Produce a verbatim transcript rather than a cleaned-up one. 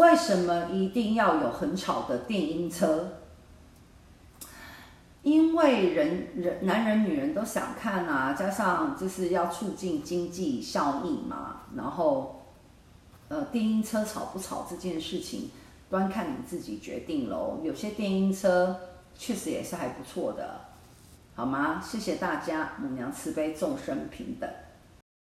为什么一定要有很吵的电音车？因为人人男人女人都想看啊，加上就是要促进经济效益嘛，然后呃电音车吵不吵这件事情，端看你自己决定喽。有些电音车确实也是还不错的，好吗？谢谢大家，母娘慈悲，众生平等。